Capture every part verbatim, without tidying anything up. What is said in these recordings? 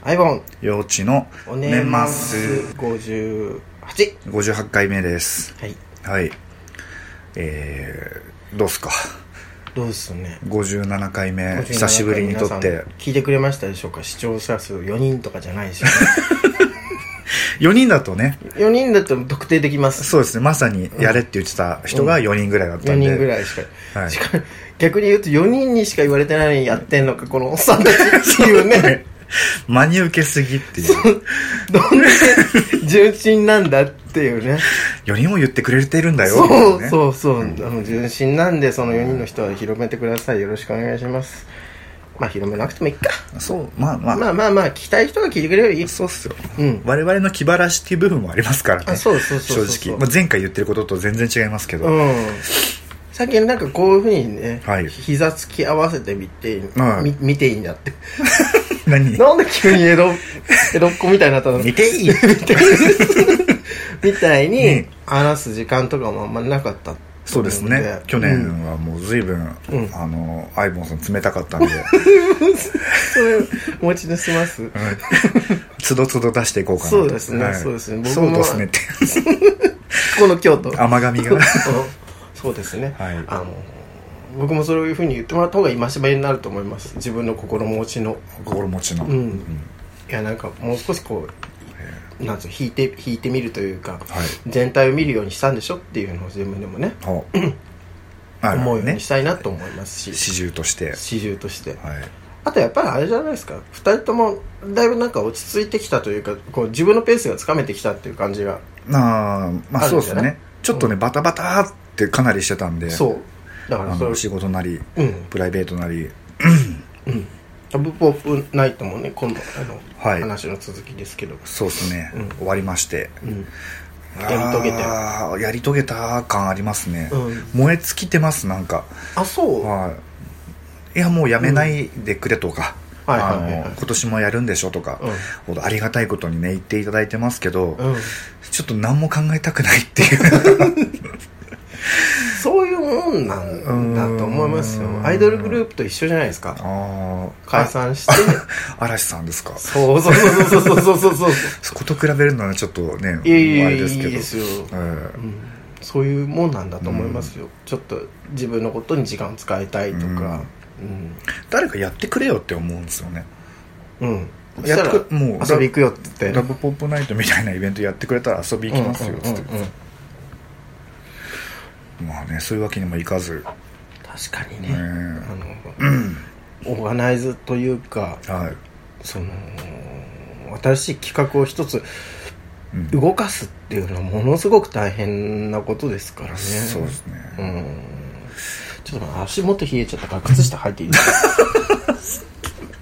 アイボン幼稚のおねますごじゅうはちごじゅうはちかいめです。 はいはい。えー、どうすか。 どうですね。 ごじゅうななかいめ久しぶりに撮って聞いてくれましたでしょうか。視聴者数よにんとかじゃないですよね。 よにんだとね、 よにんだと特定できます。 そうですね。まさにやれって言ってた人がよにんぐらいだったんで、 よにんぐらいしか、 はい、 しか逆に言うとよにんにしか言われてないのにやってんのかこのおっさんたちっていうね。 真に受けすぎっていう。 どんだけ純真なんだっていうね。 よにんも言ってくれてるんだよ。 そうね、 そうそう、うん、あの純真なんで、そのよにんの人は広めてください。よろしくお願いします。まあ広めなくてもいいか。 そう、まあまあまあまあまあ聞きたい人が聞いてくれればいい。 そうっすよ、 うん、 我々の気晴らしっていう部分もありますからね。 あ、そうそうそうそう正直、まあ、前回言ってることと全然違いますけど、 うん、最近なんかこういうふうにね、 はい、 膝つき合わせてみて、 はい、 み見ていいんだって何なんで急に江戸江戸っ子みたいになったの。 見ていいみたいに話す時間とかもあんまなかった。 そうですね。去年はもう随分、うん、あのアイボンさん冷たかったんでそれ持ち出します、うん、 つどつど出していこうかなと。 そうですね、はい、そうですね。僕もそうですねってこの京都甘噛みがそうですね、はい、あの僕もそういうふうに言ってもらった方が戒めになると思います。自分の心持ちの心持ちの、 うんうん、いやなんかもう少しこうなんつう引いて引いてみるというか、はい、全体を見るようにしたんでしょっていうのを自分でもね思うようにしたいなと思いますし、 始終として始終として、 はい、 あとやっぱりあれじゃないですか、ふたりともだいぶなんか落ち着いてきたというか、こう自分のペースがつかめてきたっていう感じがあ、まあそうですね。ちょっとね、うん、バタバタってかなりしてたんで、 そうだからそれ仕事なり、うん、プライベートなりうんタブポップナイトもね、今度あの、はい、話の続きですけど、 そうですね、うん、終わりまして、うん、 やり遂げてあやり遂げた感ありますね、うん、燃え尽きてます。なんかあ、そう、 はい、いやもうやめないでくれとか、今年もやるんでしょとか、うん、ありがたいことにね言っていただいてますけど、うん、ちょっと何も考えたくないっていうそういうもんなんだと思いますよ。アイドルグループと一緒じゃないですか。あ、解散して嵐さんですか。 そうそうそうそうそうそうそうそうそこと比べるのはちょっとね、 いやいやあれですけど、 いいですよ、 えーうん、 そういうもんなんだと思いますよ、うん、ちょっと自分のことに時間を使いたいとか、うんうん、 誰かやってくれよって思うんですよね。 うん、 やってくもう遊び行くよって言ってラブポップナイトみたいなイベントやってくれたら遊び行きますよって、うんうんうんうん、まあね、そういうわけにもいかず、 確かにね、ね、あの、 うん、 オーガナイズというか、はい、その新しい企画を一つ動かすっていうのはものすごく大変なことですからね。 そうですね、 うん、ちょっと足元冷えちゃったから靴下履いていいですか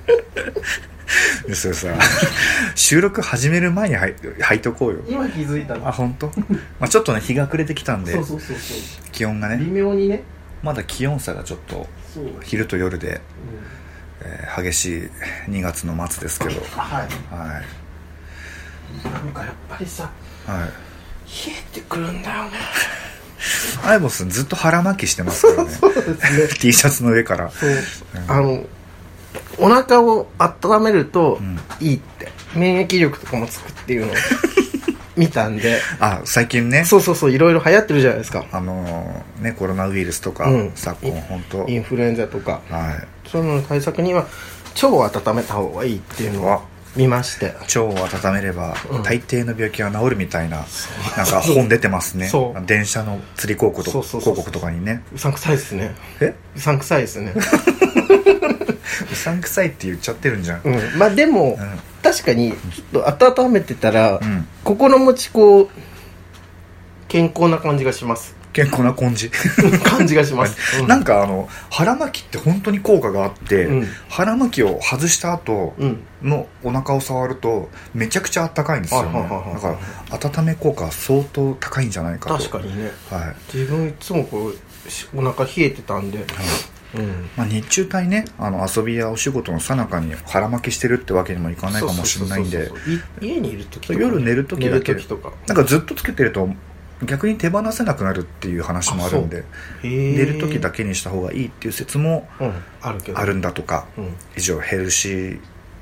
それさ収録始める前に履いとこうよ。 今気づいたの。 あ、本当？まあちょっとね日が暮れてきたんで、 そうそうそうそう、 気温がね微妙にね、 まだ気温差がちょっと昼と夜で、うん、えー、激しいにがつの末ですけど、 はい、 はい、 なんかやっぱりさ、はい、冷えてくるんだよね。 アイボスずっと腹巻きしてますからね。 そうですね T シャツの上から。 そう、うん、あのお腹を温めるといいって、うん、免疫力とかもつくっていうのを見たんであ、最近ね、 そうそうそう、いろいろ流行ってるじゃないですか。 あのー、ね、コロナウイルスとか、うん、昨今本当インフルエンザとか、 はい、 そういうのの対策には腸を温めた方がいいっていうのを見まして、 腸を温めれば、うん、大抵の病気は治るみたいな、なんか本出てますね。そう電車の釣り広告とか広告とかにね。 うさんくさいですね。 えうさんくさいですねうさんくさいって言っちゃってるんじゃん、 うん、まあでも、うん、確かにちょっと温めてたら、うん、心持ちこう健康な感じがします。 健康な感じ感じがします、 うん、なんかあの腹巻きって本当に効果があって、うん、腹巻きを外した後のお腹を触るとめちゃくちゃ温かいんですよね、うん、だから温め効果は相当高いんじゃないかと。 確かにね、 はい、 自分いつもこうお腹冷えてたんで、うん、まあ、 日中帯ね、あの遊びやお仕事の最中に腹巻きしてるってわけにもいかないかもしれないんで、 家にいる時とか、 夜寝る時だけ寝る時とかなんかずっとつけてると逆に手放せなくなるっていう話もあるんで、寝る時だけにした方がいいっていう説もあるんだとか、うん、以上ヘルシー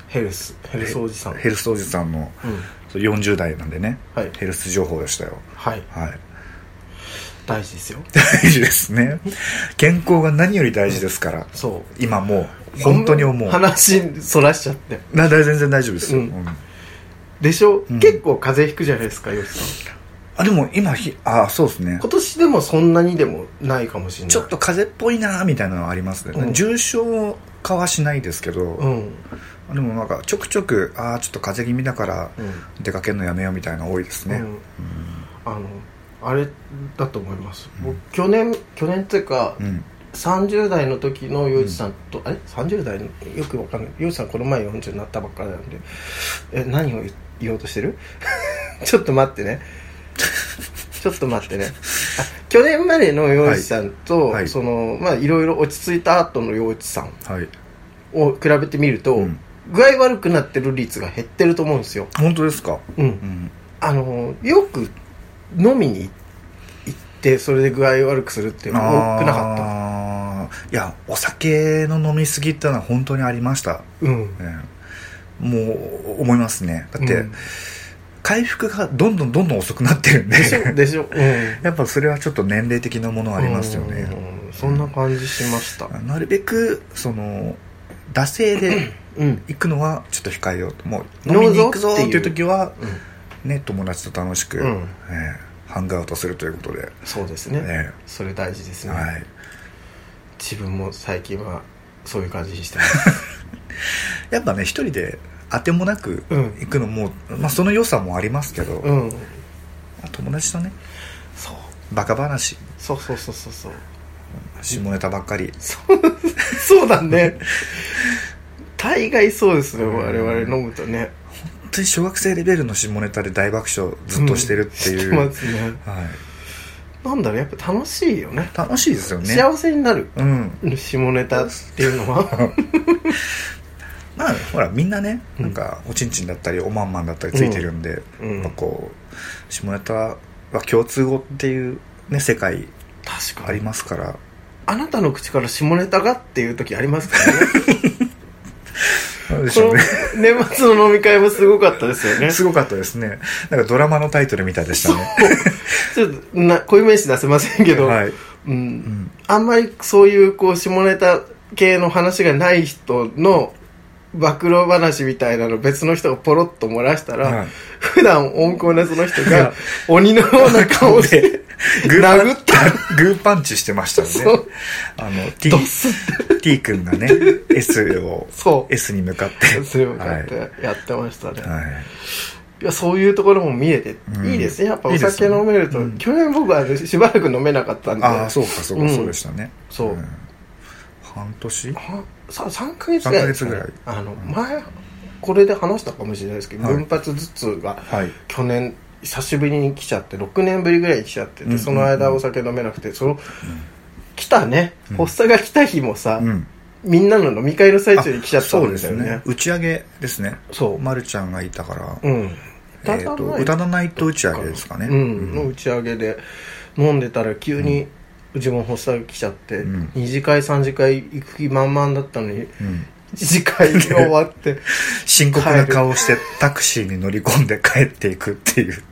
ヘルスヘルスおじさんヘルスおじさんの、うん、よんじゅう代なんでね、はい、ヘルス情報でしたよ。 はい、はい、大事ですよ。 大事ですね。健康が何より大事ですから、うん、そう今もう本当に思う。 話そらしちゃってな全然大丈夫ですよ、うんうん、 でしょ、うん、結構風邪ひくじゃないですか、よしさん。 あでも今ひあそうですね、 今年でもそんなにでもないかもしれない。 ちょっと風邪っぽいなみたいなのはありますね、うん、重症化はしないですけど、うん、でもなんかちょくちょくあちょっと風邪気味だから出かけるのやめようみたいなの多いですね、うんうん、 あのあれだと思います、うん、僕去年去年っていうか、うん、さんじゅう代の時の洋一さんと、うん、あれさんじゅう代のよくわかんない洋一さんこの前よんじゅうになったばっかりなんでえ何を言おうとしてるちょっと待ってねちょっと待ってねあ去年までの洋一さんと、はい、そのまあいろいろ落ち着いた後の洋一さんを比べてみると、はいうん、具合悪くなってる率が減ってると思うんですよ。 本当ですか？ うん、うん、あのよく飲みに行ってそれで具合悪くするっていうの多くなかった？いやお酒の飲み過ぎってのは本当にありました、うんね、もう思いますね。だって、うん回復がどんどんどんどん遅くなってるんででしょでしょ、うん、 やっぱそれはちょっと年齢的なものありますよね。 うんうん、そんな感じしました、 うん、なるべくその惰性で行くのはちょっと控えようと、もう飲みに行くぞっていう時は、うん、ね友達と楽しく、うんえー、ハングアウトするということで。 そうですね、ねそれ大事ですね、はい、自分も最近はそういう感じにしてますやっぱね一人で当てもなく行くのも、うんまあ、その良さもありますけど、うん、友達とねそうバカ話そうそうそうそうそう下ネタばっかりそうそうだね大概そうですね、我々飲むとね本当に小学生レベルの下ネタで大爆笑ずっとしてるっていう、うん、してますね、 はい、なんだろうやっぱ楽しいよね。 楽しいですよね。 幸せになる、うん、下ネタっていうのはまあほらみんなねなんかおちんちんだったりおまんまんだったりついてるんで、うん、やっぱこう下ネタは共通語っていうね世界ありますから。 あなたの口から下ネタがっていう時ありますからねそうでしょうね。 年末の飲み会もすごかったですよね。 すごかったですね。なんかドラマのタイトルみたいでしたね。 ちょっとな固有名詞出せませんけど、はいうんうん、あんまりそういうこう下ネタ系の話がない人の暴露話みたいなの別の人がポロッと漏らしたら、はい、普段温厚なその人が鬼のような顔で殴ったグーパンチしてましたよね。あの T, T 君がね S を S に向かって S に向かってやってましたね、はい、いやそういうところも見えていいですね、うん、やっぱお酒飲めると、いいですよね、うん、去年僕はしばらく飲めなかったんで。 ああそうかそうか、うん、そうでしたね。そう、うん、半年ささんかげつぐらいですかね。あの前これで話したかもしれないですけど、はい、分発頭痛が去年久しぶりに来ちゃってろくねんぶりぐらいに来ちゃってて、うん、その間お酒飲めなくて、その、うん、来たね発作が来た日もさ、うん、みんなの飲み会の最中に来ちゃったんですよね。そうですね、 打ち上げですね。そうまるちゃんがいたから、うんえー、と歌のナイト打ち上げですかね、 うんうん、の打ち上げで飲んでたら急に、うんうちも発作が来ちゃって、うん、に次会さん次会行く気満々だったのに、うん、いち次会が終わって深刻な顔してタクシーに乗り込んで帰っていくっていうすっ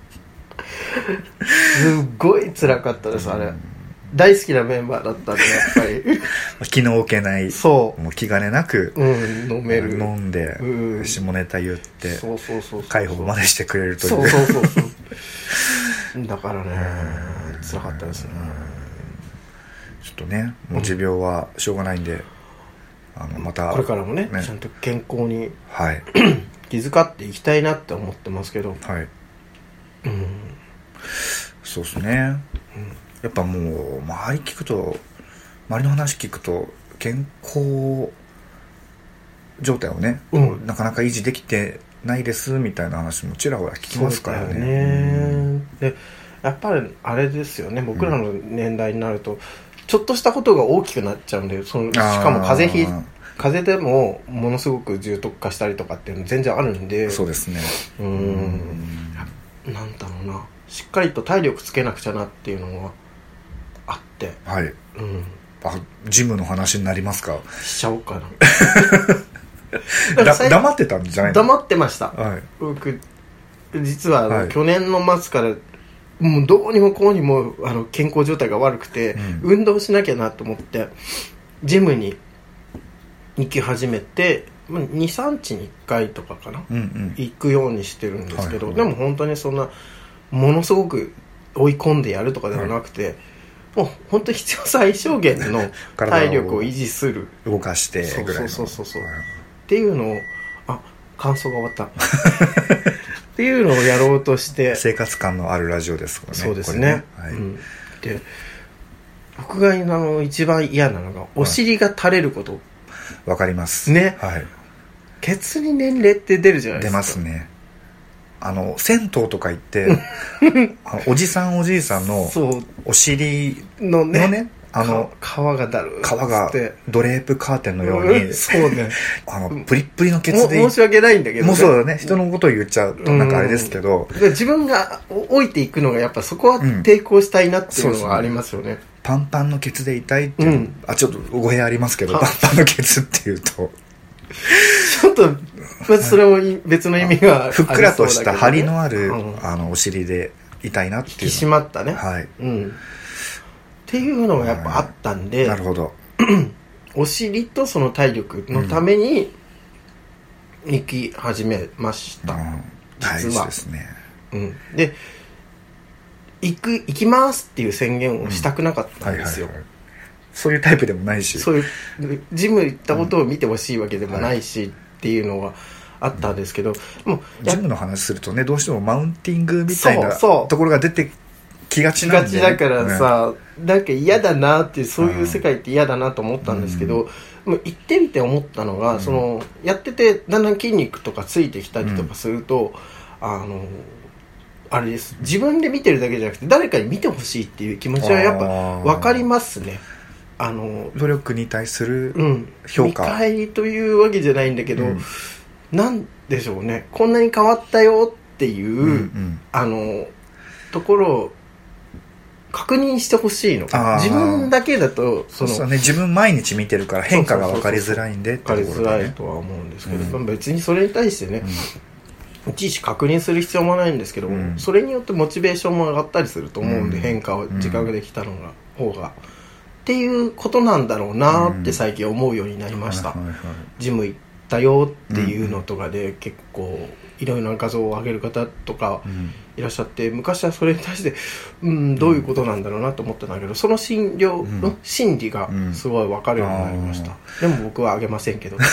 ごい辛かったです、あれ、うん、大好きなメンバーだったんでやっぱり気の置けない、そうもう気兼ねなく、うん、飲める飲んで、うん、下ネタ言ってそうそうそうそう介抱までしてくれるという。 そうそうそうそうだからね辛かったですね。 ちょっとねもう持病はしょうがないんで、うん、あのまたこれからも ね, ねちゃんと健康に、はい、気遣っていきたいなって思ってますけど、はい、 うん、そうですね、うん、やっぱもう周り聞くと周りの話聞くと健康状態をね、うん、なかなか維持できてないですみたいな話もちらほら聞きますからね。そうだよね、 うん、でやっぱりあれですよね、僕らの年代になると、うん、ちょっとしたことが大きくなっちゃうんで、そのしかも風邪ひ風邪でもものすごく重篤化したりとかっていうの全然あるんで。 そうですね、 うーん、なんだろうな、しっかりと体力つけなくちゃなっていうのがあって、はい、うん、 あジムの話になりますか。 しちゃおうかなだ黙ってたんじゃないの？ 黙ってました、 はい、 僕実は、はい、去年の末からもうどうにもこうにもあの健康状態が悪くて、うん、運動しなきゃなと思ってジムに行き始めて にさんにちにいっかいとかかな、うんうん、行くようにしてるんですけど、はいはい、でも本当にそんなものすごく追い込んでやるとかではなくて、はい、もう本当に必要最小限の体力を維持する動かしてぐらいのそうそうそうそう、はい、っていうのをあ感想が終わったっていうのをやろうとして生活感のあるラジオですからね。 そうですね、はい、うん、で僕があの一番嫌なのがお尻が垂れること、 わ、はい、かりますね、 はい、 ケツに年齢って出るじゃないですか。 出ますね。あの銭湯とか行ってあのおじさんおじいさんのお尻の ね, のねあの皮がだる皮がドレープカーテンのように、 うん、そうねあのプリップリのケツで申し訳ないんだけど、ね、 もうそうだね、人のことを言っちゃうとなんかあれですけど、 うん、自分が置いていくのがやっぱそこは抵抗したいなっていうのがありますよね、うん、 パンパンのケツで痛いっていう、うん、あちょっと語弊ありますけどパンパンのケツっていうとちょっとそれも別の意味がありそうだけど、ね、 ふっくらとした張りのある、うん、あのお尻で痛いなっていう、 引き締まったね、 はい、 うん、っていうのがやっぱあったんで、 なるほどお尻とその体力のために行き始めました、うん、 大事ですね、 うん、で行く行きますっていう宣言をしたくなかったんですよ、うんはいはいはい、 そういうタイプでもないし、 そういうジム行ったことを見てほしいわけでもないし、うん、っていうのがあったんですけど、 うん、もうジムの話するとねどうしてもマウンティングみたいなところが出て気がちなんで、 気がちだからさ、ね、なんか嫌だなっていうそういう世界って嫌だなと思ったんですけど、うん、もう行ってみて思ったのが、うん、そのやっててだんだん筋肉とかついてきたりとかすると、うん、あのあれです自分で見てるだけじゃなくて誰かに見てほしいっていう気持ちはやっぱ分かりますね。あの努力に対する評価、 うん、見返りというわけじゃないんだけど、うん、なんでしょうね、こんなに変わったよっていう、うんうん、あのところを確認してほしいの。自分だけだとそのそう、ね、自分毎日見てるから変化が分かりづらいんでってところで、ね、 分かりづらいとは思うんですけど、うん、別にそれに対してね、うん、いちいち確認する必要もないんですけど、うん、それによってモチベーションも上がったりすると思うんで、うん、変化を自覚できたのが、うん、方がっていうことなんだろうなって最近思うようになりました、うんはいはいはい、ジム行ったよっていうのとかで結構いろいろな画像を上げる方とかいらっしゃって、昔はそれに対して、うん、どういうことなんだろうなと思ったんだけど、その診療の心理がすごい分かるようになりました、うん、でも僕はあげませんけど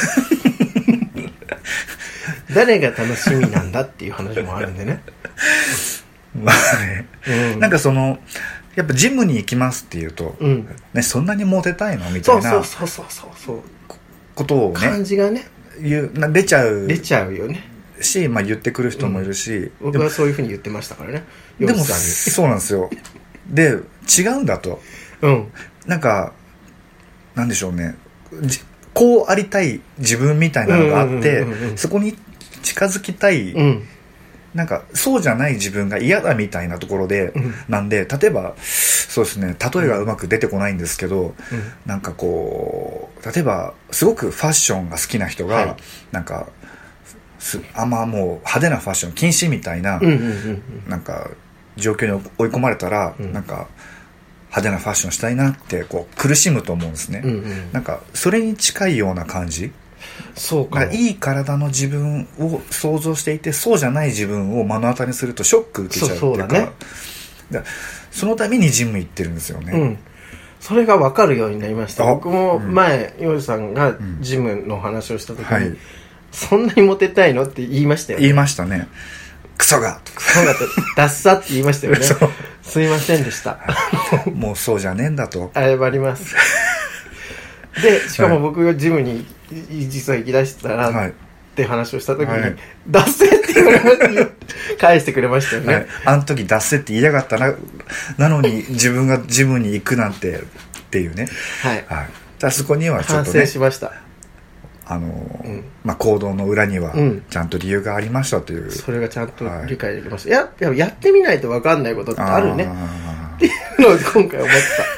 誰が楽しみなんだっていう話もあるんでねまあね、うん、なんかそのやっぱジムに行きますっていうと、うんね、そんなにモテたいのみたいなそうそうそうそうそうことをね感じがね言う出ちゃう出ちゃうよねし、まあ、言ってくる人もいるし、うん、 僕はそういうふうに言ってましたからね。 でもそうなんですよで違うんだと、うん、なんかなんでしょうね、こうありたい自分みたいなのがあって、うんうんうんうん、そこに近づきたい、うん、なんかそうじゃない自分が嫌だみたいなところで、うん、なんで例えばそうですね、例えがうまく出てこないんですけど、うん、なんかこう例えばすごくファッションが好きな人が、はい、なんかあんまもう派手なファッション禁止みたいな、うんうんうんうん、なんか状況に追い込まれたら、うん、なんか派手なファッションしたいなってこう苦しむと思うんですね、うんうん、なんかそれに近いような感じ。 そうか、 いい体の自分を想像していてそうじゃない自分を目の当たりにするとショック受けちゃうっていうか、そうそうだね、だそのためにジム行ってるんですよね、うん、 それが分かるようになりました。僕も前ヨウジさんがジムの話をした時に、うんはい、そんなにモテたいのって言いましたよね。 言いましたね。クソがクソがとダッサって言いましたよねすいませんでしたもうそうじゃねえんだと謝りますでしかも僕がジムに実は行き出したら、はい、って話をした時に、はい、ダッセって言われました返してくれましたよね、はい、 あの時ダッセって言いやがったななのに自分がジムに行くなんてっていうねはい、はい、だそこにはちょっとね反省しました。 あのうんまあ、行動の裏にはちゃんと理由がありましたという、うん、 それがちゃんと理解できました、はい、や, やってみないと分かんないことってあるねっていうのを今回思っ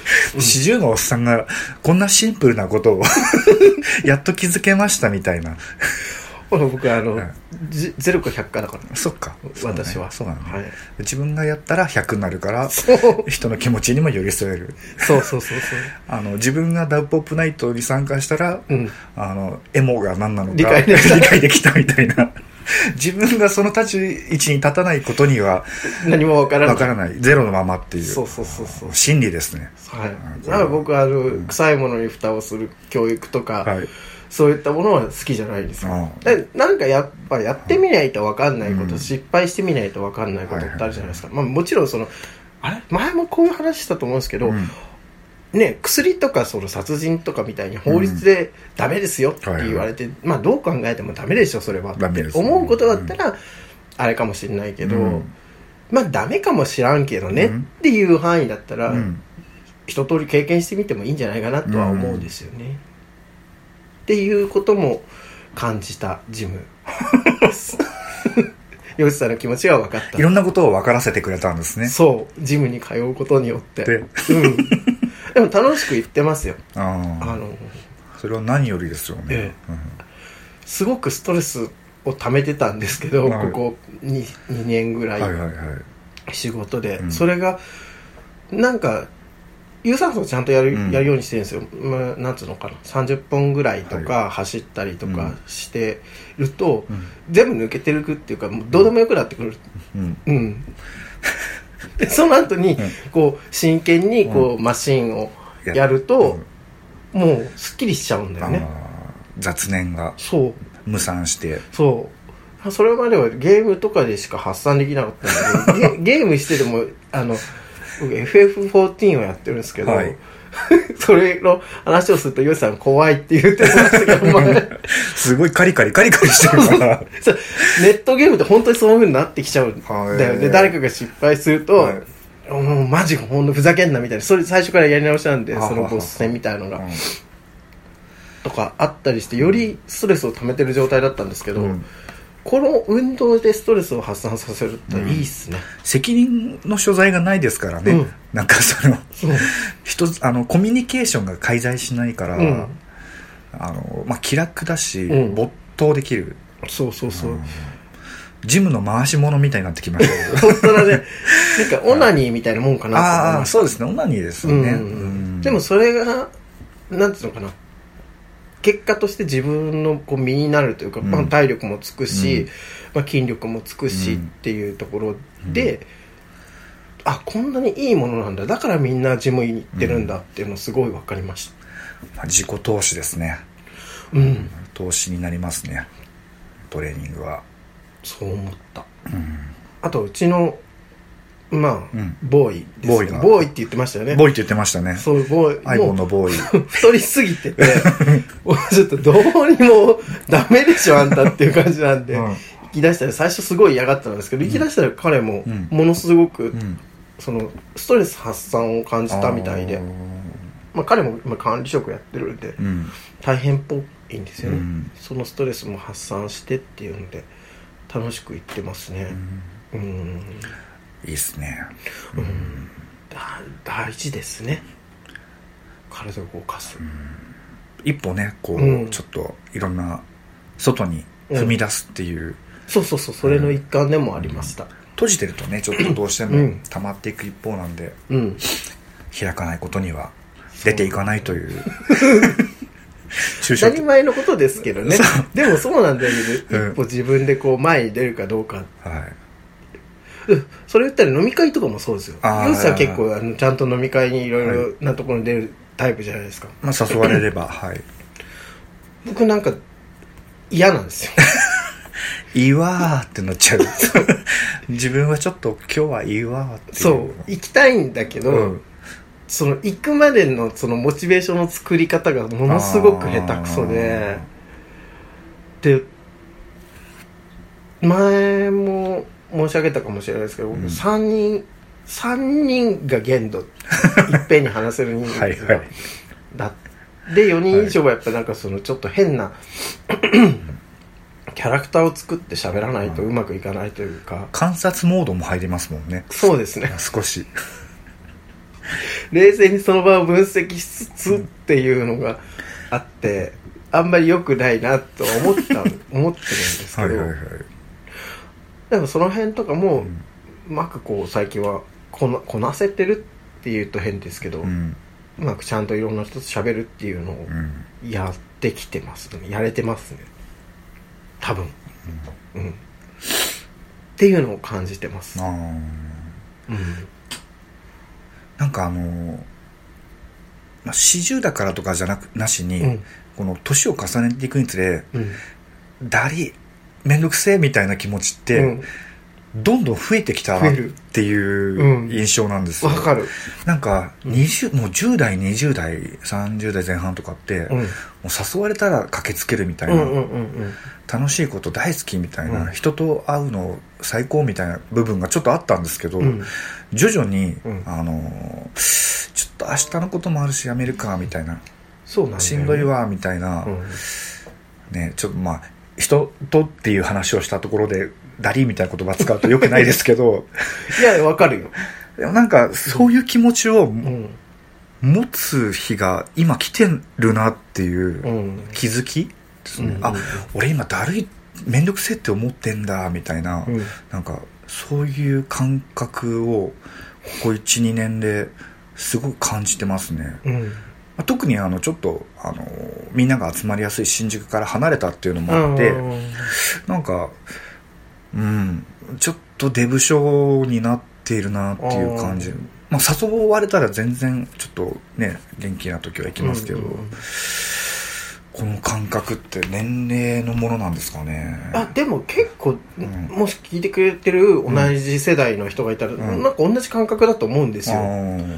四十のおっさんがこんなシンプルなことをやっと気づけましたみたいな。 ほら僕あの、うん、ゼロかひゃくかだから。 そっか。 私は。 そうなのね、はい。自分がやったらひゃくになるから、人の気持ちにも寄り添える。 そうそうそうそう。 あの自分がダブポップナイトに参加したら、うん、あのエモが何なのか理解できた理解できたみたいな。自分がその立ち位置に立たないことには何もわからない。 わからない。ゼロのままっていう。 そうそうそうそう。 真理ですね。 はい。だから僕はあの、うん、臭いものに蓋をする教育とか。はい、そういったものは好きじゃないんですよ。でなんかやっぱやってみないと分かんないこと、うん、失敗してみないと分かんないことってあるじゃないですか。まあ、もちろんそのあれ前もこういう話したと思うんですけど、うん、ね、薬とかその殺人とかみたいに法律でダメですよって言われて、うん、まあどう考えてもダメでしょそれはって思うことだったらあれかもしれないけど、うん、まあダメかもしらんけどねっていう範囲だったら、うん、一通り経験してみてもいいんじゃないかなとは思うんですよね。っていうことも感じたジムヨシさんの気持ちが分かった。 いろんなことを分からせてくれたんですね。 そうジムに通うことによってで、うん、でも楽しく行ってますよ。ああのそれは何よりですよね、ええ、うん、 すごくストレスを溜めてたんですけど、はい、ここ 2, にねんぐらい仕事で、はいはいはい、それがなんか有酸素をちゃんとやる、うん、やるようにしてるんですよ。まあ、なんつうのかなさんじゅっぽんぐらいとか走ったりとかしてると、うん、全部抜けてるっていうかもうどうでもよくなってくる、うんうん、でその後にこう真剣にこうマシンをやると、うん、もうすっきりしちゃうんだよね。 雑念が無散して。 そうそれまではゲームとかでしか発散できなかったのでゲ, ゲームしてでもあの僕 エフエフじゅうよん をやってるんですけど、はい、それの話をするとヨシさん怖いって言ってましたけど、まあ、 すごいカリカリカリカリしてるからネットゲームって本当にそういう風になってきちゃうんだよね。誰かが失敗すると、はい、もうマジほんとふざけんなみたいな、それ最初からやり直しなんで、そのボス戦みたいなのがとかあったりしてよりストレスを溜めてる状態だったんですけど、うん、この運動でストレスを発散させるっていいっすね、うん、 責任の所在がないですからね、うん、なんかその一つあのコミュニケーションが介在しないから、うん、あのまあ、気楽だし、うん、没頭できる。 そうそうそう、うん、 ジムの回し物みたいになってきましたけど本当だね。なんかオナニーみたいなもんかなと思いました。 ああそうですね、オナニーですよね、うんうん、 でもそれがなんていうのかな、結果として自分のこう身になるというか、うんまあ、体力もつくし、うんまあ、筋力もつくしっていうところで、うん、あこんなにいいものなんだ、だからみんなジムに行ってるんだっていうのすごい分かりました、 まあ、自己投資ですね、うん、投資になりますねトレーニングは。 そう思った、うん、あとうちのまあ、うん、ボーイですよ、ボーイがボーイって言ってましたよね。 ボーイって言ってましたね。 そうボーイ、 アイボンのボーイ太りすぎててちょっとどうにもダメでしょあんたっていう感じなんで、うん、行き出したら最初すごい嫌がったんですけど、うん、行き出したら彼もものすごく、うん、そのストレス発散を感じたみたいで、まあ、彼も今管理職やってるんで、うん、大変っぽいんですよね、うん、そのストレスも発散してっていうので楽しく行ってますね、うん、うんいいっすね、 うんうん、だ大事ですね体を動かす、うん、 一歩ねこう、うん、ちょっといろんな外に踏み出すっていう、うん、 そうそうそうそれの一環でもありました、うん、 閉じてるとねちょっとどうしても溜まっていく一方なんで、うん、開かないことには出ていかないという当たり前のことですけどねでもそうなんだよね、うん、一歩自分でこう前に出るかどうか、はいそれ言ったら飲み会とかもそうですよ。ヨウさんは結構あのちゃんと飲み会にいろいろなところに出るタイプじゃないですか。 まあ誘われればはい僕なんか嫌なんですよいいわーってなっちゃう自分はちょっと今日はいいわーっていう。 そう行きたいんだけど、うん、その行くまでのそのモチベーションの作り方がものすごく下手くそで、で前も申し上げたかもしれないですけど、うん、さんにんさんにんが限度いっぺんに話せる人数はい、はい、だでよにん以上はやっぱなんかそのちょっと変なキャラクターを作って喋らないとうまくいかないというか、 観察モードも入りますもんね。 そうですね少し冷静にその場を分析しつつっていうのがあってあんまり良くないなと思った思ってるんですけど、はいはいはい、でもその辺とかも、うん、うまくこう最近はこな、こなせてるっていうと変ですけど、うん、うまくちゃんといろんな人と喋るっていうのをやってきてますね、やれてますね多分、うんうん、っていうのを感じてます。あ、うん、 なんかあのまあ、よんじゅうだからとかじゃなくなしに、うん、この年を重ねていくにつれ、うん、だりめんどくせえみたいな気持ちって、うん、どんどん増えてきたなっていう印象なんですよ。 わ、うん、かる。 なんかにじゅう、もうじゅう代にじゅう代さんじゅう代前半とかって、うん、もう誘われたら駆けつけるみたいな、うんうんうんうん、楽しいこと大好きみたいな、うん、人と会うの最高みたいな部分がちょっとあったんですけど、うん、徐々に、うん、あのちょっと明日のこともあるしやめるかみたいな、 そうなんだよね、 しんどいわみたいな、うん、ね、ちょっとまあ人とっていう話をしたところでダリーみたいな言葉使うとよくないですけどいやわかるよ。 でもなんかそういう気持ちを持つ日が今来てるなっていう気づきですね、うんうんうん、あ、俺今だるいめんどくせえって思ってんだみたいな、うん、なんかそういう感覚をここ いちにねんですごく感じてますね、うん、特にあのちょっとあのみんなが集まりやすい新宿から離れたっていうのもあって、うん、なんかうん、ちょっとデブ症になっているなっていう感じ、まあ、誘われたら全然ちょっとね元気な時は行きますけど、うんうんうん、この感覚って年齢のものなんですかね。 あ、でも結構、うん、もし聞いてくれてる同じ世代の人がいたら、うん、なんか同じ感覚だと思うんですよ、うん、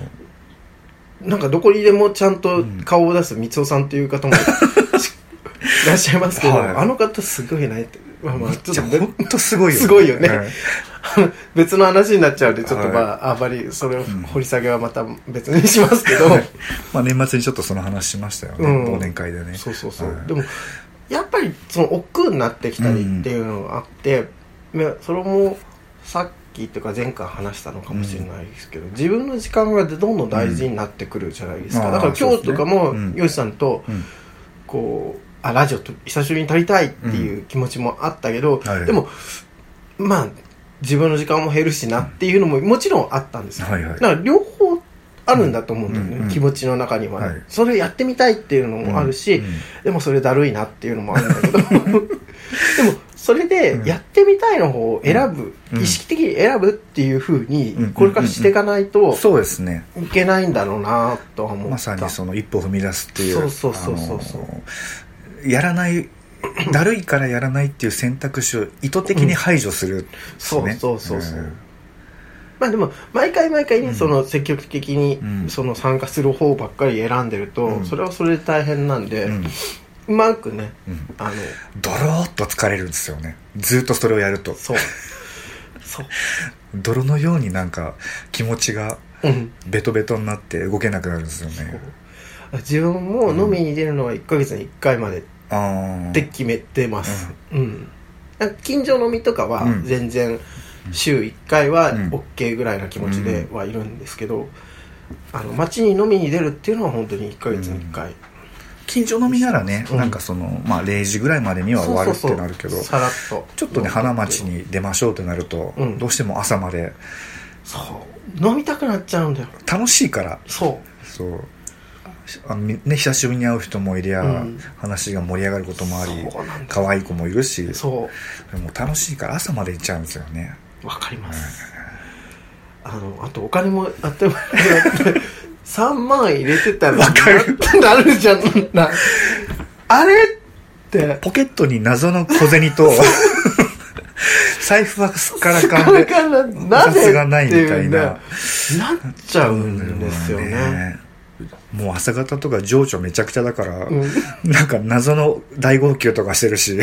なんかどこにでもちゃんと顔を出す三尾さんっていう方もいらっしゃいますけど、はい、あの方すごいなって、まあまあちょっと本当すごいよね。 すごいよね。はい、別の話になっちゃうんでちょっとまあ、はい、あんまりそれを掘り下げはまた別にしますけど、はい、 まあ年末にちょっとその話しましたよね、うん、忘年会でね。 そうそうそう、はい、でもやっぱりその億劫になってきたりっていうのがあって、うん、それもさっきっていうか前回話したのかもしれないですけど、うん、自分の時間がどんどん大事になってくるじゃないですか、うん、だから今日とかもヨシさんとこうあラジオと久しぶりに撮りたいっていう気持ちもあったけど、うんはい、でもまあ自分の時間も減るしなっていうのももちろんあったんですよ、はいはい、だから両方あるんだと思うんだよね、うんうん、気持ちの中には、ねはい、それやってみたいっていうのもあるし、うんうん、でもそれだるいなっていうのもあるんだけどでもそれでやってみたいの方を選ぶ、うん、意識的に選ぶっていう風にこれからしていかないといけないんだろうなとは思った。 まさにその一歩踏み出すっていう、 そうそうそうそうそう、 やらないだるいからやらないっていう選択肢を意図的に排除する、ね、うん、 そうそうそうそう、うん、まあでも毎回毎回ね、うん、その積極的にその参加する方ばっかり選んでると、うん、それはそれで大変なんで、うん、うまくね、うん、あのドローッと疲れるんですよね、ずっとそれをやると。 そうそう泥のようになんか気持ちがベトベトになって動けなくなるんですよね、 うん、自分も飲みに出るのはいっかげつにいっかいまでって決めてます、うんうん、近所飲みとかは全然週いっかいは OK ぐらいな気持ちではいるんですけど、あの街に飲みに出るっていうのは本当にいっかげつにいっかい、うん、 近所飲みならね、うん、なんかその、まあ、れいじぐらいまでには終わるってなるけど、 さらっとちょっとね花街に出ましょうってなると、うん、どうしても朝までそう飲みたくなっちゃうんだよ。 楽しいから。 そうそうあの、ね、久しぶりに会う人もいりゃ、うん、話が盛り上がることもあり可愛い子もいるし、 そうでも楽しいから朝まで行っちゃうんですよね。 わかります、うん、あのあとお金もあってもさんまん入れてたらわかるなるじゃんなあれってポケットに謎の小銭と財布はすっからかんでなぜがないみたいななっちゃうんですよね。 もう朝方とか情緒めちゃくちゃだから、うん、なんか謎の大号泣とかしてるしよ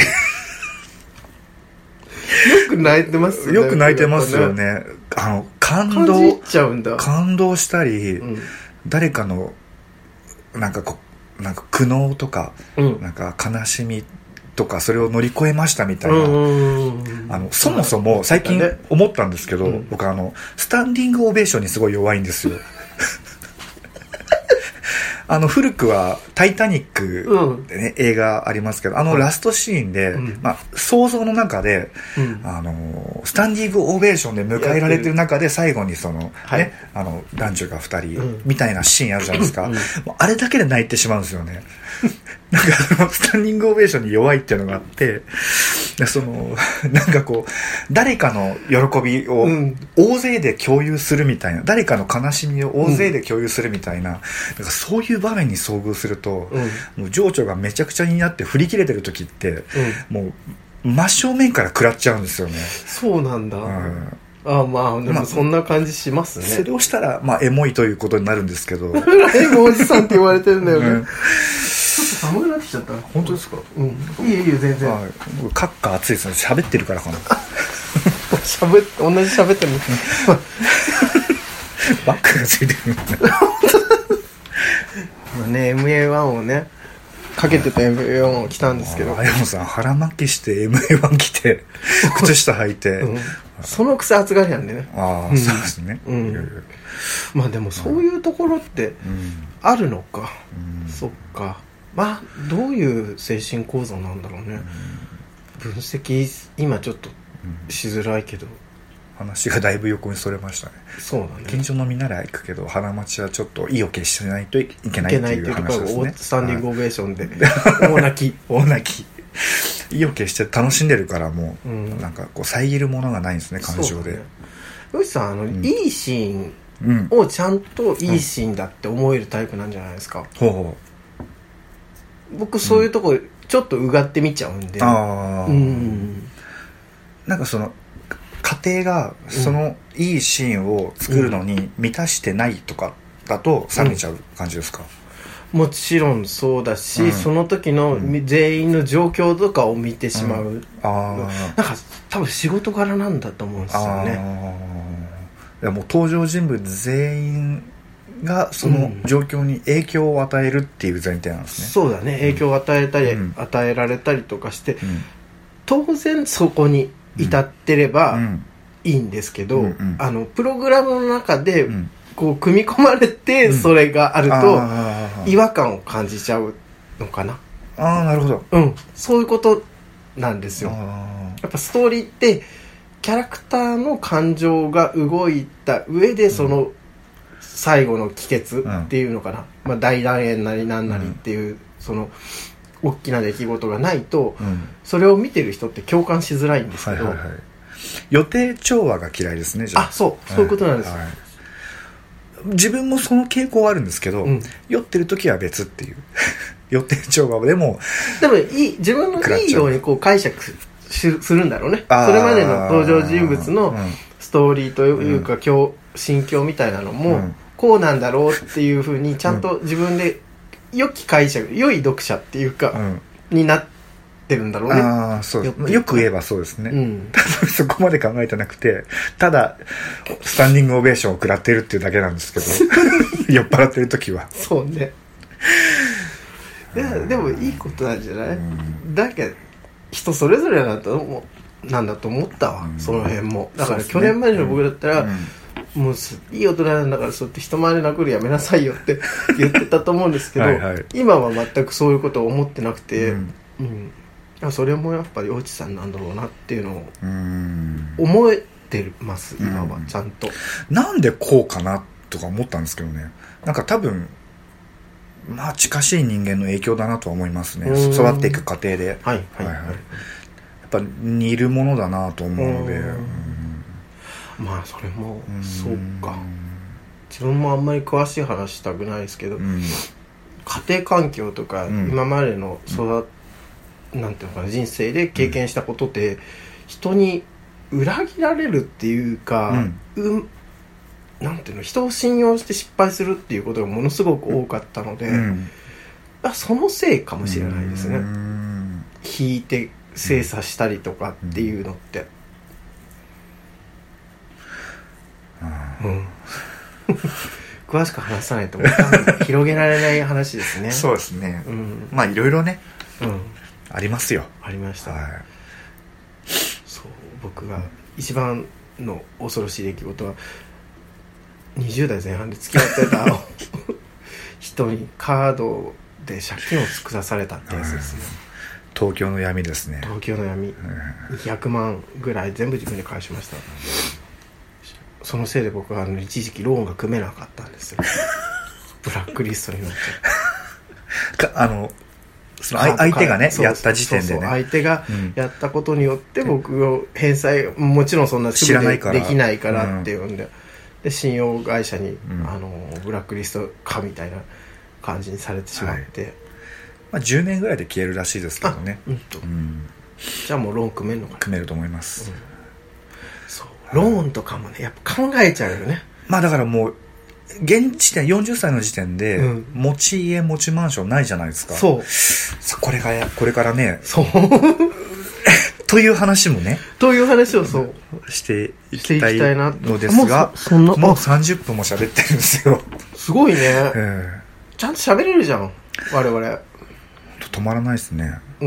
く泣いてますね。よく泣いてますよね。あの感動感じちゃうんだ。 感動したり、うん、誰かのなんかこなんか苦悩とか、うん、なんか悲しみとかそれを乗り越えましたみたいな、あのそもそも最近思ったんですけど、うん、僕あのスタンディングオベーションにすごい弱いんですよあの古くはタイタニックで、ね、うん、映画ありますけど、あのラストシーンで、うん、まあ、想像の中で、うん、あのスタンディングオベーションで迎えられてる中で最後にその、はい、ね、あの男女がふたりみたいなシーンあるじゃないですか、うん、あれだけで泣いてしまうんですよね。なんかそのスタンディングオベーションに弱いっていうのがあって、そのなんかこう誰かの喜びを大勢で共有するみたいな、誰かの悲しみを大勢で共有するみたいな、うん、なんかそういう場面に遭遇すると、うん、もう情緒がめちゃくちゃになって振り切れてる時って、うん、もう真正面から食らっちゃうんですよね。 そうなんだ、うん、あまあでもそんな感じしますね、まあ、 それをしたら、まあ、エモいということになるんですけどエモおじさんって言われてるんだよね、うん、ちょっと寒くなってきちゃった。 本当ですか？ うん、いいよいいよ全然。 あカッカ暑いですね。喋ってるからかな喋って同じ喋ってるバッグがついてるまあね エムエーワン をねかけてた エムエーワン を着たんですけど、 あやもさん腹巻きして エムエーワン 着て靴下履いて、うん、 そのくせ暑がりなんでね。 ああ、うん、そうですね、うん、いやいやまあでもそういうところってあるのか、うん、そっか。まあどういう精神構造なんだろうね、うん、分析今ちょっとしづらいけど、 話がだいぶ横にそれましたね。 そうだね。 近所飲みなら行くけど花町はちょっと意を決しないといけないっていう話ですね。 スタンディングオベーションで大泣き大泣き意を決して楽しんでるからもう、うん、なんかこう遮るものがないんですね、感情で。 よしさんあの、うん、いいシーンをちゃんといいシーンだって思えるタイプなんじゃないですか、うん、 ほうほう。僕そういうとこちょっとうがってみちゃうんで、 うん、ああ、うん、なんかその家庭がそのいいシーンを作るのに満たしてないとかだと冷めちゃう感じですか？ うん、もちろんそうだし、うん、その時の全員の状況とかを見てしまう、うん、あなんか多分仕事柄なんだと思うんですよね。 あいやもう登場人物全員がその状況に影響を与えるっていう前提なんですね、 うん、そうだね。影響を与えたり、うん、与えられたりとかして、うん、当然そこに至ってればいいんですけど、うんうん、あのプログラムの中でこう組み込まれてそれがあると違和感を感じちゃうのかな。 ああなるほど、 うん、そういうことなんですよ。やっぱストーリーってキャラクターの感情が動いた上でその最後の帰結っていうのかな、うんまあ、大団円なりなんなりっていう、うん、その大きな出来事がないと、うん、それを見てる人って共感しづらいんですけど、はいはいはい、 予定調和が嫌いですね。じゃああそうそういうことなんです、はいはい、 自分もその傾向はあるんですけど、うん、酔ってる時は別っていう予定調和でもでもいい自分のいいようにこう解釈するんだろうね。それまでの登場人物のストーリーというか、うん、今日心境みたいなのも、うん、こうなんだろうっていう風にちゃんと自分で良き解釈、良い読者っていうか、うん、になってるんだろうね。あそうよ, よく言えばそうですね、うん、多分そこまで考えてなくてただスタンディングオベーションを食らってるっていうだけなんですけど酔っ払ってる時はそうねで, でもいいことなんじゃない、うん、だけど人それぞれなんだと思なんだと思ったわ、うん、その辺もだから去年までの僕だったら、うんもういい大人なんだからそうやって人前で泣くるやめなさいよって言ってたと思うんですけどはい、はい、今は全くそういうことを思ってなくて、うんうん、それもやっぱり陽一さんなんだろうなっていうのを思えてます今はちゃんと、 うん、なんでこうかなとか思ったんですけどね。なんか多分まあ近しい人間の影響だなとは思いますね。育っていく過程で、はいはいはいはい、やっぱ似るものだなと思うので、 まあそれもそうか。自分もあんまり詳しい話したくないですけど、うん、家庭環境とか今までの育、うん、なんていうのかな人生で経験したことで、うん、人に裏切られるっていうか、うんうん、なんていうの人を信用して失敗するっていうことがものすごく多かったので、うん、そのせいかもしれないですね、うん、引いて精査したりとかっていうのって、うんうん詳しく話さないと広げられない話ですね。 そうですね、うん、まあいろいろね、うん、ありますよ。 ありました、はい、そう僕が一番の恐ろしい出来事はにじゅう代前半で付き合ってた人にカードで借金を作らされたってやつですね。 東京の闇ですね。 東京の闇、にひゃくまんぐらい全部自分で返しました。そのせいで僕はあの一時期ローンが組めなかったんですよ。ブラックリストになっちゃう。 あのその相手がねやった時点でね、そうそう相手がやったことによって僕を返済もちろんそんなすぐでできないからっていうんで、うん、で信用会社に、うん、あのブラックリスト化みたいな感じにされてしまって、はい、 まあ、じゅうねんぐらいで消えるらしいですけどね。 うんとうん、じゃあもうローン組めるのかな。 組めると思います、うん、 そうローンとかもねやっぱ考えちゃうよね。 まあだからもう現時点よんじゅっさいの時点で、うん、持ち家持ちマンションないじゃないですか。 そうこれがこれからねそうという話もねという話をそうしていきたいのですが、 もうそんなもうさんじゅっぷんも喋ってるんですよ。 すごいね、えー、ちゃんと喋れるじゃん我々。 止まらないですね。 うん、うん、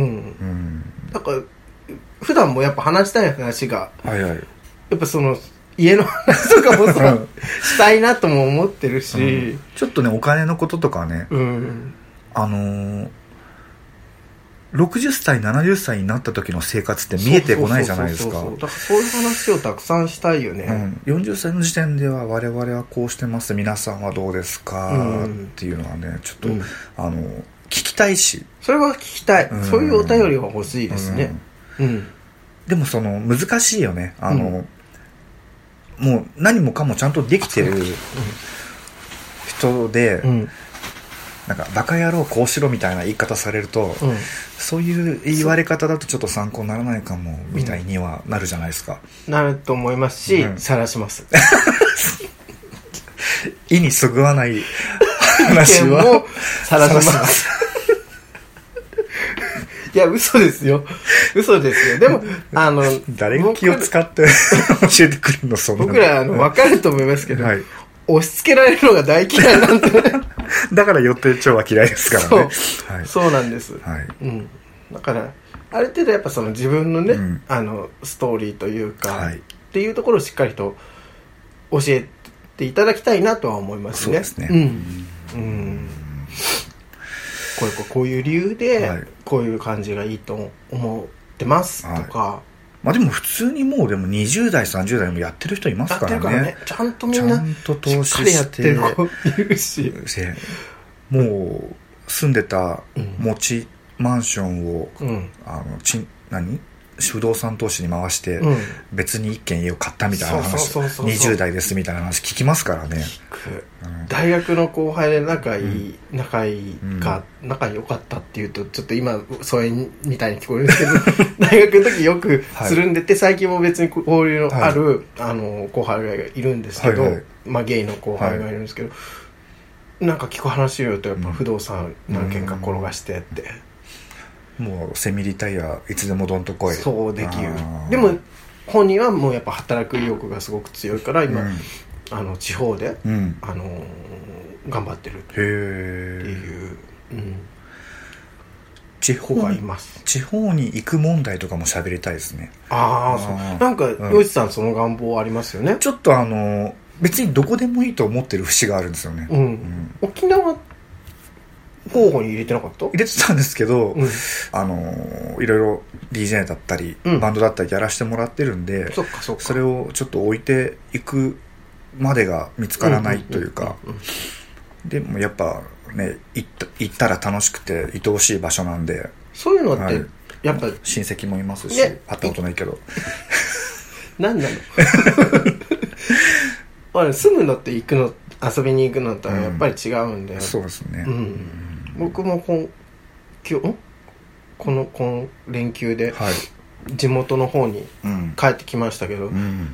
だから普段もやっぱ話したい話が、 はいはい、 やっぱその家の話とかもさしたいなとも思ってるし、うん、 ちょっとねお金のこととかね、 うん、 あのー、ろくじゅっさいななじゅっさいになった時の生活って見えてこないじゃないですか。 だからそういう話をたくさんしたいよね、 うん、よんじゅっさいの時点では我々はこうしてます、皆さんはどうですか、うん、っていうのはねちょっと、うん、あの聞きたいし、 それは聞きたい、うん、そういうお便りは欲しいですね、うんうん、 でもその難しいよね。あの、うん、もう何もかもちゃんとできてる人で、うん、なんかバカ野郎こうしろみたいな言い方されると、うん、そういう言われ方だとちょっと参考にならないかもみたいにはなるじゃないですか、 うん、なると思いますし、晒、うん、します意にそぐわない話はも晒しますいや嘘ですよ嘘ですよ。でもあの誰が気を使って教えてくれるの。そんな僕らあの分かると思いますけど、はい、押し付けられるのが大嫌いなんでだから予定調は嫌いですからね。 そう、 はい、 そうなんです、 はい、 うん、だからある程度やっぱその自分のね、うん、あのストーリーというか、はい、っていうところをしっかりと教えていただきたいなとは思いますね。 そうですね、 うん、うん、こういうこういう理由でこういう感じがいいと思ってますとか、はい、 まあ、でも普通にもうでもにじゅう代さんじゅう代もやってる人いますから ね, からねちゃんとみんなちゃんと投資してしっかりやってる子いるし、 もう住んでた持ちマンションを、うん、あのち何不動産投資に回して別に一軒家を買ったみたいな話、にじゅう代ですみたいな話聞きますからね。 うん、大学の後輩で仲いい、うん、仲いいか、うん、仲良かったっていうとちょっと今それみたいに聞こえるんですけど大学の時よくつるんでて、はい、最近も別に交流のある、はい、あの後輩がいるんですけど、はいはい、まあ、ゲイの後輩がいるんですけど、はい、なんか聞く話を言うとやっぱ不動産何軒か転がしてって、 うん、もうセミリタイヤいつでもどんと来い、 そうできる。でも本人はもうやっぱ働く意欲がすごく強いから今、うん、あの地方で、うん、あのー、頑張ってるっていう、うん、 地方がいます。地方に行く問題とかも喋りたいですね。 ああ、そうなんか洋一さんその願望ありますよね。 ちょっとあの別にどこでもいいと思ってる節があるんですよね、 うんうん、沖縄候補に入れてなかった？ 入れてたんですけど、うん、あのいろいろ ディージェー だったり、うん、バンドだったりやらせてもらってるんで、 そっかそっか、 それをちょっと置いていくまでが見つからないというか、でもやっぱね行った、行ったら楽しくて愛おしい場所なんで、 そういうのって、はい、やっぱ親戚もいますし、 ね、 会ったことないけど何なのあれ住むのって行くの遊びに行くのとはやっぱり違うんで、うん、 そうですね、 うん、僕もこん今日このこの連休で地元の方に帰ってきましたけど、うん、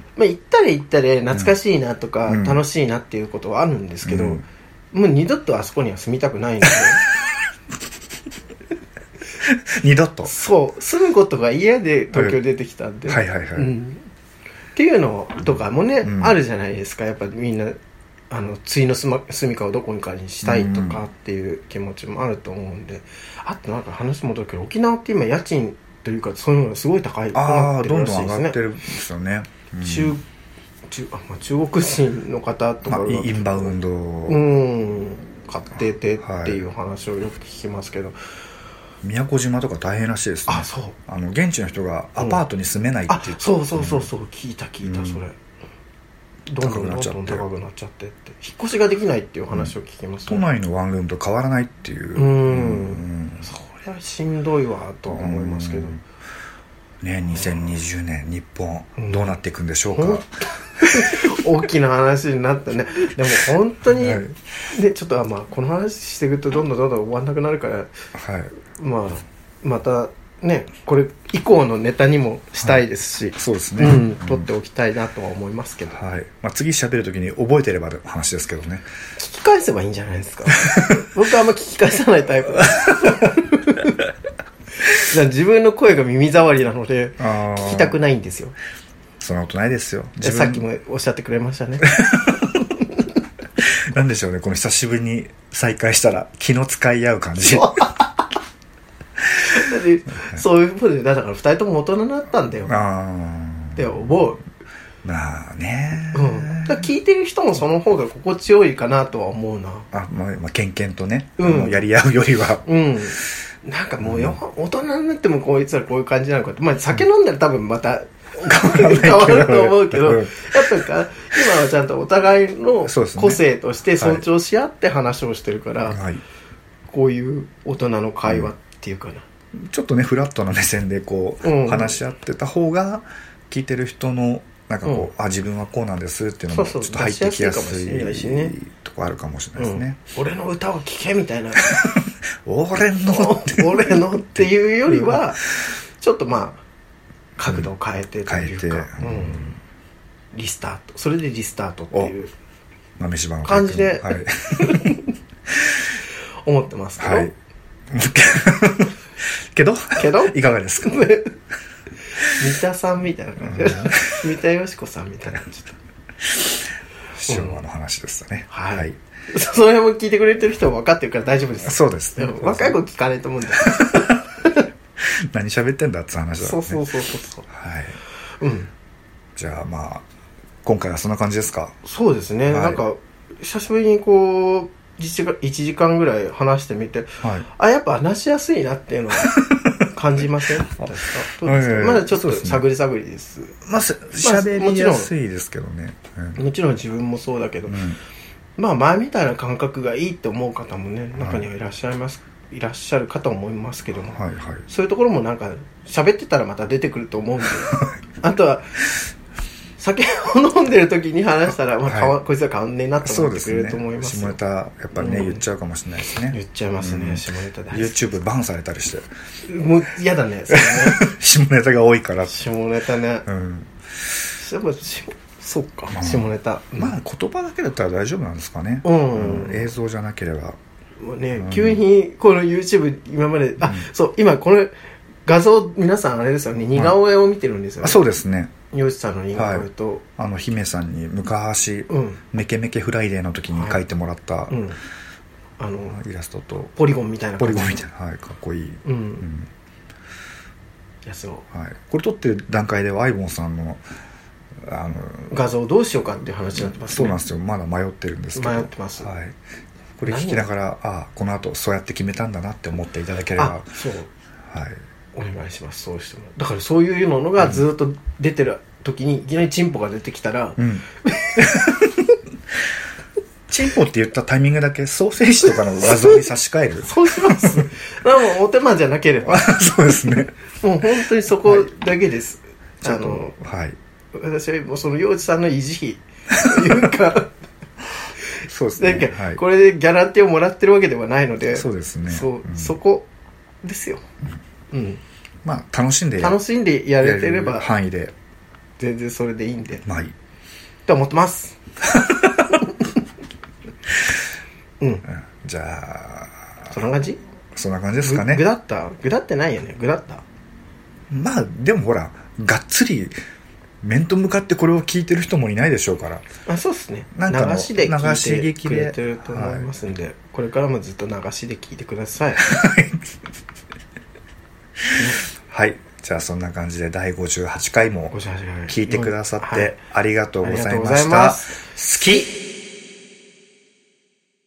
まあ、行ったら行ったで懐かしいなとか、うん、楽しいなっていうことはあるんですけど、うん、もう二度とあそこには住みたくないんで二度とそう住むことが嫌で東京出てきたんで、 はいはいはい、うん、 っていうのとかもね、うん、あるじゃないですか。やっぱみんなあの対の住みかをどこかにしたいとかっていう気持ちもあると思うんで、うん、あとなんか話戻るけど沖縄って今家賃というかそういうのがすごい高いくなってるらしいですね。あ、どんどん上がってるんですよね、うん、中, 中, あ、まあ、中国人の方とか、 まあ、インバウンドうん買っててっていう話をよく聞きますけど、はい、 宮古島とか大変らしいですね。 あ、そう、 あの現地の人がアパートに住めないって言って、うん、 そうそうそうそう、聞いた聞いた、うん、それどんどんどんどん高くなっちゃってって引っ越しができないっていう話を聞きます、ね、 うん、都内のワンルームと変わらないっていう、 うん、うん、それはしんどいわとは思いますけど、うんね、にせんにじゅうねん日本どうなっていくんでしょうか、うん、 大きな話になったね。でも本当に、はい、でちょっとまあこの話していくとどんどんどんどん終わんなくなるから、はい、まあまたねこれ以降のネタにもしたいですし、はい、 そうですね、 うん、取っておきたいなとは思いますけど、 はい、まあ、次喋る時に覚えてればの話ですけどね。 聞き返せばいいんじゃないですか。僕はあんま聞き返さないタイプ自分の声が耳障りなので聞きたくないんですよ。 そんなことないですよ。 さっきもおっしゃってくれましたね。 なんでしょうね、この久しぶりに再会したら気の使い合う感じ。 そういうことでだからふたりとも大人になったんだよって思う。 まあね、 うん、だ聞いてる人もその方が心地よいかなとは思うな。 あ、まあ、まあ、ケンケンとね、うん、やり合うよりは、 うん、なんかもうよ、うん、大人になってもこいつらこういう感じなのかって、まあ、酒飲んだら多分また変わると思うけど、やっぱりか今はちゃんとお互いの個性として尊重し合って話をしてるから、はい、こういう大人の会話っていうかな、 うん、ちょっとねフラットな目線でこう、うん、話し合ってた方が聞いてる人のなんかこう、うん、あ自分はこうなんですっていうのもちょっと入ってきやすいとこあるかもしれないですね、 うん、俺の歌を聴けみたいな俺のって俺のっていうよりはちょっとまあ角度を変えてというか、うんうん、リスタート、それでリスタートっていう感じで、はい、思ってますけど、はい、 けどけどいかがですか。 三田さんみたいな感じで、うん、三田佳子さんみたいな感じで昭和の話でしたね、 うん、はい、はい、それも聞いてくれてる人は分かってるから大丈夫です。 そうですね、 若い子聞かないと思うんだよ。 何喋ってんだって話だもんね。 そうそうそうそう、 はい、 うん、 じゃあまあ今回はそんな感じですか。 そうですね、はい、なんか久しぶりにこういちじかんぐらい話してみて、はい、あやっぱ話しやすいなっていうのは感じません？確かどうですか、はい、まだちょっと探り探りです。 まあ喋りやすいですけどね、 うん、もちろん自分もそうだけど、うん、まあ前みたいな感覚がいいって思う方もね中にはいらっしゃいます、はい、いらっしゃるかと思いますけども、はいはい、そういうところもなんか喋ってたらまた出てくると思うんであとは酒を飲んでる時に話したら、まあはい、こいつは変わんねえなと思ってくれると思います。 そうですね、下ネタやっぱりね、うん、言っちゃうかもしれないですね。 言っちゃいますね、うん、下ネタで YouTube バンされたりしてもう嫌だねそれね下ネタが多いから下ネタね、うん、やっぱそうか、まあ、下ネタ、 うん、まあ言葉だけだったら大丈夫なんですかね、うんうん、映像じゃなければね、うん、急にこの YouTube 今まであ、うん、そう今この画像皆さんあれですよね、似顔絵を見てるんですよね、 あそうですね、 よしさんの似顔絵と、はい、 あの姫さんに昔、うん、メケメケフライデーの時に描いてもらった、はい、うん、あのイラストとポリゴンみたいなポリゴンみたいな、はい、かっこいい、うんうん、 やつを、 はい、これ撮ってる段階ではアイボンさんのあの画像どうしようかっていう話になってますね。 そうなんですよ、まだ迷ってるんですけど迷ってます、 はい、これ聞きながらあこの後そうやって決めたんだなって思っていただければ、 あそう、 はい、 お願いします。そうしてもだからそういうのがずっと出てる時にいきなりチンポが出てきたら、うん、 チンポって言ったタイミングだけソーセージとかの画像に差し替えるそうします。もうお手間じゃなければそうですね、 もう本当にそこだけです、はい、あの、 はい、 私はもうその幼児さんの維持費というかそうですね、 なんかこれでギャランティーをもらってるわけではないので、 そうですね、 そう、うん、そこですよ、うん、うん、 まあ楽しんで楽しんでやれてれば範囲で全然それでいいんで、 まあいいと思ってますうん、 じゃあそんな感じそんな感じですかね。 ぐだったぐだってないよね、ぐだった。 まあでもほらがっつり面と向かってこれを聞いてる人もいないでしょうから、 あそうですね、なんか流しで聞いてくれてると思いますんで、はい、これからもずっと流しで聞いてくださいはい、じゃあそんな感じでだいごじゅうはちかいも聞いてくださってありがとうございました。好き